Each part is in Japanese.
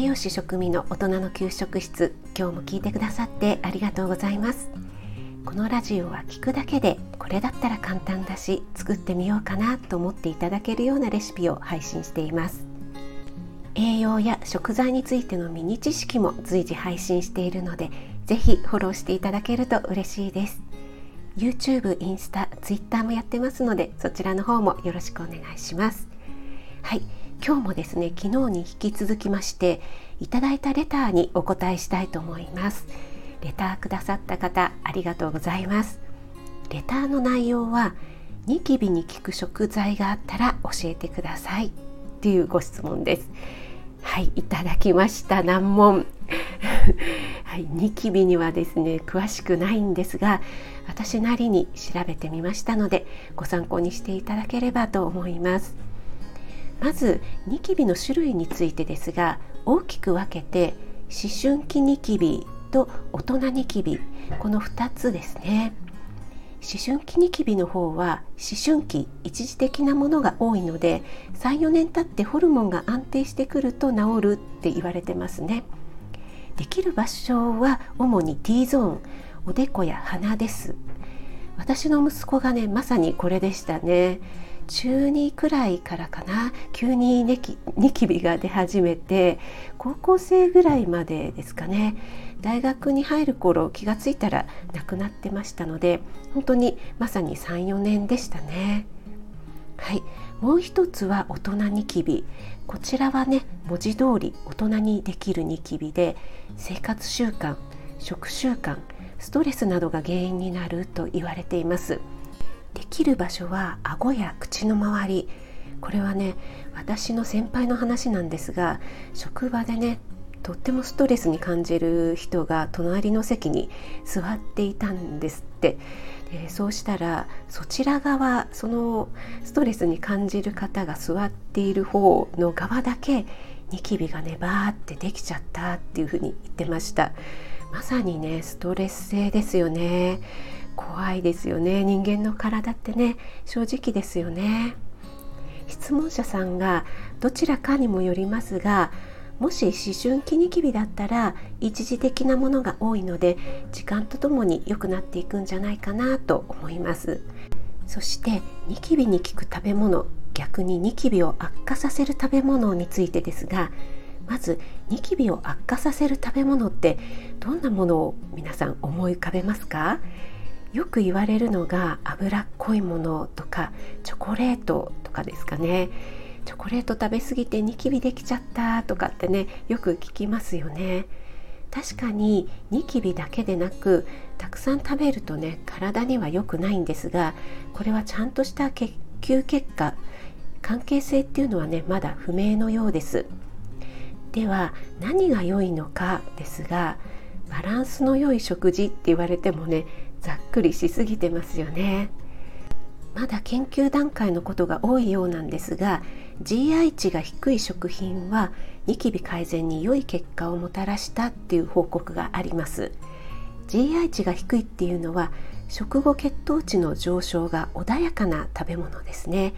養士食味の大人の給食室、今日も聞いてくださってありがとうございます。このラジオは聞くだけでこれだったら簡単だし作ってみようかなと思っていただけるようなレシピを配信しています。栄養や食材についてのミニ知識も随時配信しているので、ぜひフォローしていただけると嬉しいです。 YouTube、インスタ、Twitter もやってますので、そちらの方もよろしくお願いします。はい、今日もですね、昨日に引き続きましていただいたレターにお答えしたいと思います。レターくださった方、ありがとうございます。レターの内容は、ニキビに効く食材があったら教えてくださいっていうご質問です。はい、いただきました。難問はい、ニキビにはですね詳しくないんですが、私なりに調べてみましたので、ご参考にしていただければと思います。まずニキビの種類についてですが、大きく分けて思春期ニキビと大人ニキビ、この2つですね。思春期ニキビの方は思春期一時的なものが多いので、 3,4 年経ってホルモンが安定してくると治るって言われてますね。できる場所は主に T ゾーン、おでこや鼻です。私の息子がね、まさにこれでしたね。中2くらいからかな、急にニキビが出始めて、高校生ぐらいまでですかね。大学に入る頃気がついたらなくなってましたので、本当にまさに 3,4 年でしたね。はい、もう一つは大人ニキビ。こちらはね、文字通り大人にできるニキビで、生活習慣、食習慣、ストレスなどが原因になると言われています。できる場所は顎や口の周り。これはね、私の先輩の話なんですが、職場でね、とってもストレスに感じる人が隣の席に座っていたんですって。そうしたら、そちら側、そのストレスに感じる方が座っている方の側だけニキビがね、バーってできちゃったっていうふうに言ってました。まさにね、ストレス性ですよね。怖いですよね。人間の体ってね、正直ですよね。質問者さんがどちらかにもよりますが、もし思春期ニキビだったら一時的なものが多いので、時間とともに良くなっていくんじゃないかなと思います。そしてニキビに効く食べ物、逆にニキビを悪化させる食べ物についてですが、まずニキビを悪化させる食べ物ってどんなものを皆さん思い浮かべますか？よく言われるのが脂っこいものとかチョコレートとかですかね。チョコレート食べ過ぎてニキビできちゃったとかってね、よく聞きますよね。確かにニキビだけでなく、たくさん食べるとね、体には良くないんですが、これはちゃんとした研究結果、関係性っていうのはね、まだ不明のようです。では何が良いのかですが、バランスの良い食事って言われてもね、ざっくりしすぎてますよね。まだ研究段階のことが多いようなんですが、 GI 値が低い食品はニキビ改善に良い結果をもたらしたっていう報告があります。 GI 値が低いっていうのは、食後血糖値の上昇が穏やかな食べ物ですね。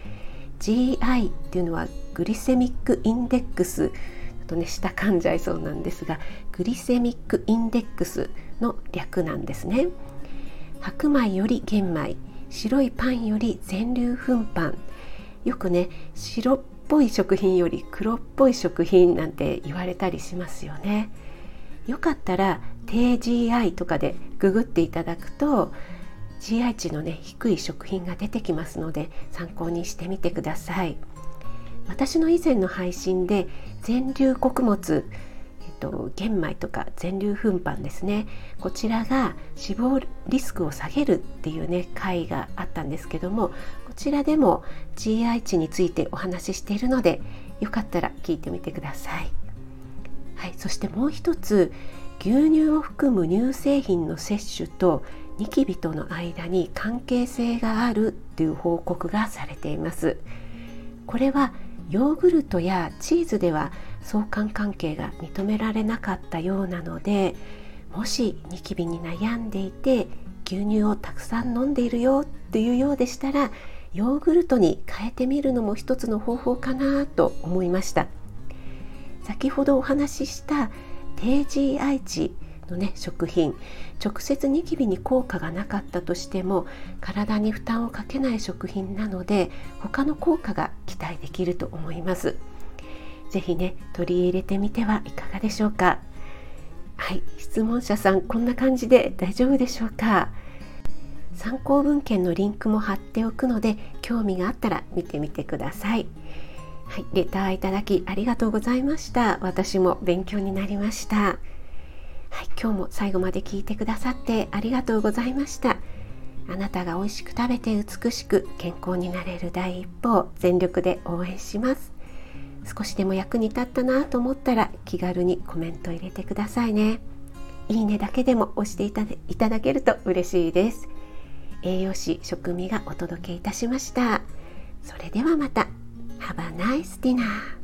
GI っていうのはグリセミックインデックスとね、下噛んじゃいそうなんですが、グリセミックインデックスの略なんですね。白米より玄米、白いパンより全粒粉パン。よくね、白っぽい食品より黒っぽい食品なんて言われたりしますよね。よかったら低 GI とかでググっていただくと、 GI 値のね、低い食品が出てきますので、参考にしてみてください。私の以前の配信で全粒穀物、玄米とか全粒粉パンですね、こちらが死亡リスクを下げるっていうね、回があったんですけども、こちらでも GI 値についてお話ししているので、よかったら聞いてみてください。はい、そしてもう一つ、牛乳を含む乳製品の摂取とニキビとの間に関係性があるという報告がされています。これはヨーグルトやチーズでは相関関係が認められなかったようなので、もしニキビに悩んでいて牛乳をたくさん飲んでいるよっていうようでしたら、ヨーグルトに変えてみるのも一つの方法かなと思いました。 先ほどお話しした低 GI 値の食品、直接ニキビに効果がなかったとしても体に負担をかけない食品なので、他の効果が期待できると思います。ぜひ取り入れてみてはいかがでしょうか。はい、質問者さん、こんな感じで大丈夫でしょうか。参考文献のリンクも貼っておくので、興味があったら見てみてください。はい、レターいただきありがとうございました。私も勉強になりました。はい、今日も最後まで聞いてくださってありがとうございました。あなたが美味しく食べて美しく健康になれる第一歩を全力で応援します。少しでも役に立ったなと思ったら気軽にコメント入れてくださいね。いいねだけでも押していただけると嬉しいです。栄養士食味がお届けいたしました。それではまた。Have a nice dinner.